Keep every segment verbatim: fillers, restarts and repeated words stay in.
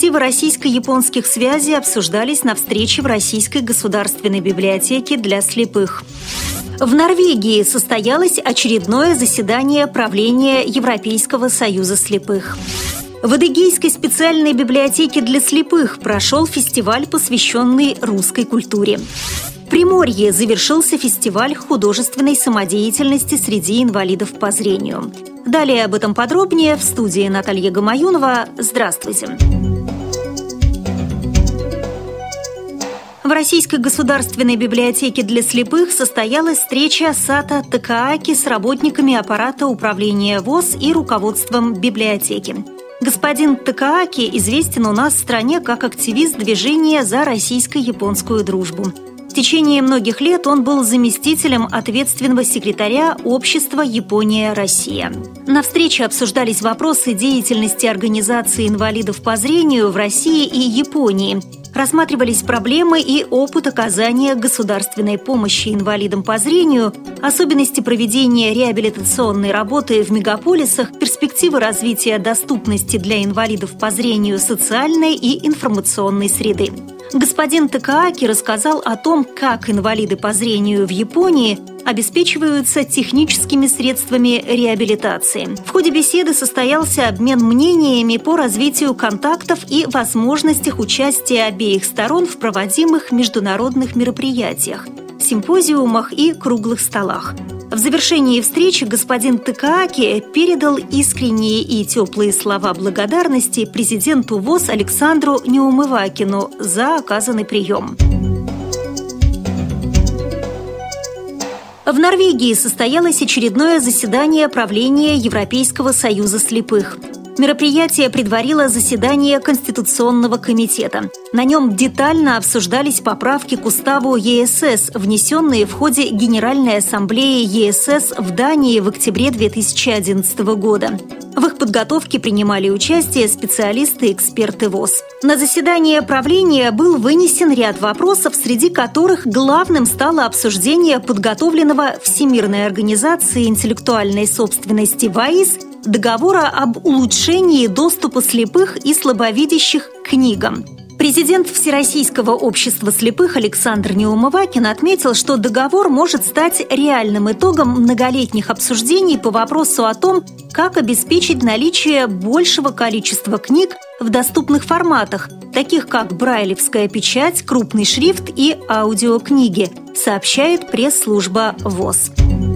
Перспективы российско-японских связей обсуждались на встрече в Российской государственной библиотеке для слепых. В Норвегии состоялось очередное заседание правления Европейского союза слепых. В Адыгейской специальной библиотеке для слепых прошел фестиваль, посвященный русской культуре. В Приморье завершился фестиваль художественной самодеятельности среди инвалидов по зрению. Далее об этом подробнее в студии Наталья Гамаюнова. Здравствуйте! В Российской государственной библиотеке для слепых состоялась встреча Сато Такааки с работниками аппарата управления ВОС и руководством библиотеки. Господин Такааки известен у нас в стране как активист движения за российско-японскую дружбу. В течение многих лет он был заместителем ответственного секретаря общества «Япония-Россия». На встрече обсуждались вопросы деятельности организации инвалидов по зрению в России и Японии. Рассматривались проблемы и опыт оказания государственной помощи инвалидам по зрению, особенности проведения реабилитационной работы в мегаполисах, перспективы развития доступности для инвалидов по зрению социальной и информационной среды. Господин Такааки рассказал о том, как инвалиды по зрению в Японии обеспечиваются техническими средствами реабилитации. В ходе беседы состоялся обмен мнениями по развитию контактов и возможностях участия обеих сторон в проводимых международных мероприятиях, симпозиумах и круглых столах. В завершении встречи господин Такааки передал искренние и теплые слова благодарности президенту ВОС Александру Неумывакину за оказанный прием. В Норвегии состоялось очередное заседание правления Европейского союза слепых. Мероприятие предварило заседание Конституционного комитета. На нем детально обсуждались поправки к уставу ЕСС, внесенные в ходе Генеральной ассамблеи ЕСС в Дании в октябре две тысячи одиннадцатого года. В их подготовке принимали участие специалисты и эксперты ВОС. На заседание правления был вынесен ряд вопросов, среди которых главным стало обсуждение подготовленного Всемирной организацией интеллектуальной собственности ВАИС договора об улучшении доступа слепых и слабовидящих к книгам. Президент Всероссийского общества слепых Александр Неумывакин отметил, что договор может стать реальным итогом многолетних обсуждений по вопросу о том, как обеспечить наличие большего количества книг в доступных форматах, таких как брайлевская печать, крупный шрифт и аудиокниги, сообщает пресс-служба ВОС.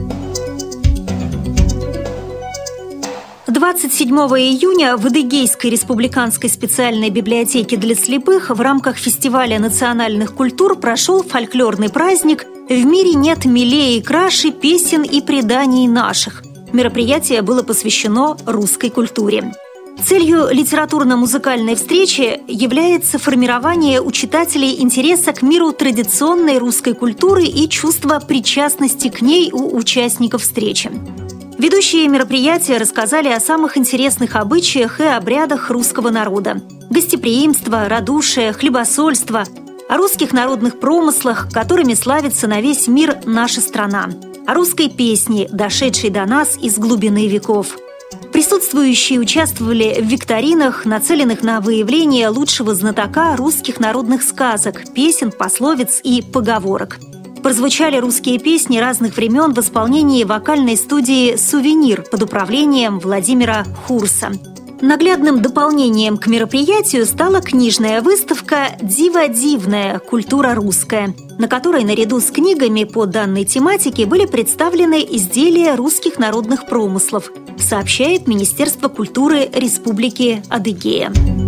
двадцать седьмого июня в Адыгейской республиканской специальной библиотеке для слепых в рамках фестиваля национальных культур прошел фольклорный праздник «В мире нет милее и краше песен и преданий наших». Мероприятие было посвящено русской культуре. Целью литературно-музыкальной встречи является формирование у читателей интереса к миру традиционной русской культуры и чувства причастности к ней у участников встречи. Ведущие мероприятия рассказали о самых интересных обычаях и обрядах русского народа: гостеприимство, радушие, хлебосольство, о русских народных промыслах, которыми славится на весь мир наша страна, о русской песне, дошедшей до нас из глубины веков. Присутствующие участвовали в викторинах, нацеленных на выявление лучшего знатока русских народных сказок, песен, пословиц и поговорок. Прозвучали русские песни разных времен в исполнении вокальной студии «Сувенир» под управлением Владимира Хурса. Наглядным дополнением к мероприятию стала книжная выставка «Диво дивная. Культура русская», на которой наряду с книгами по данной тематике были представлены изделия русских народных промыслов, сообщает Министерство культуры Республики Адыгея.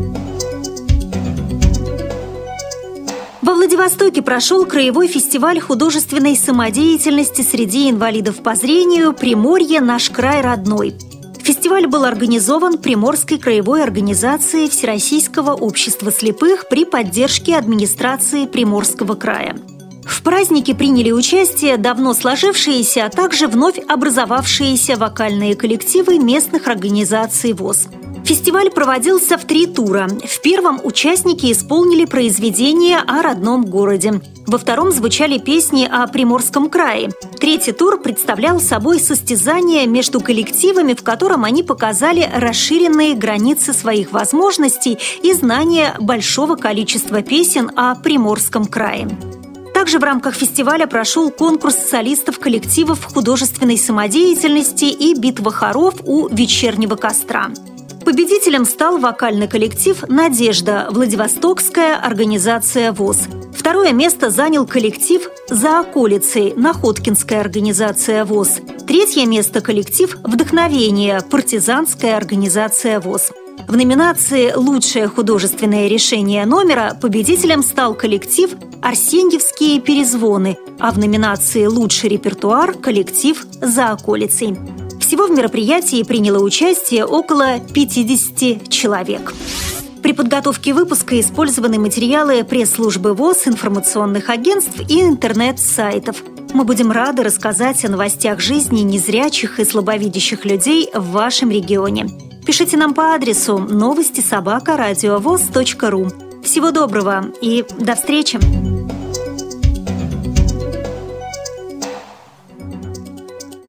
Во Владивостоке прошел краевой фестиваль художественной самодеятельности среди инвалидов по зрению «Приморье. Наш край родной». Фестиваль был организован Приморской краевой организацией Всероссийского общества слепых при поддержке администрации Приморского края. В празднике приняли участие давно сложившиеся, а также вновь образовавшиеся вокальные коллективы местных организаций ВОС. Фестиваль проводился в три тура. В первом участники исполнили произведения о родном городе. Во втором звучали песни о Приморском крае. Третий тур представлял собой состязание между коллективами, в котором они показали расширенные границы своих возможностей и знания большого количества песен о Приморском крае. Также в рамках фестиваля прошел конкурс солистов коллективов художественной самодеятельности и битва хоров у вечернего костра. Победителем стал вокальный коллектив «Надежда», Владивостокская организация ВОС. Второе место занял коллектив «За околицей», Находкинская организация ВОС. Третье место – коллектив «Вдохновение», партизанская организация ВОС. В номинации «Лучшее художественное решение номера» победителем стал коллектив «Арсеньевские перезвоны», а в номинации «Лучший репертуар» – коллектив «За околицей». Всего в мероприятии приняло участие около пятидесяти человек. При подготовке выпуска использованы материалы пресс-службы ВОС, информационных агентств и интернет-сайтов. Мы будем рады рассказать о новостях жизни незрячих и слабовидящих людей в вашем регионе. Пишите нам по адресу новости собака радиовос точка ру. Всего доброго и до встречи!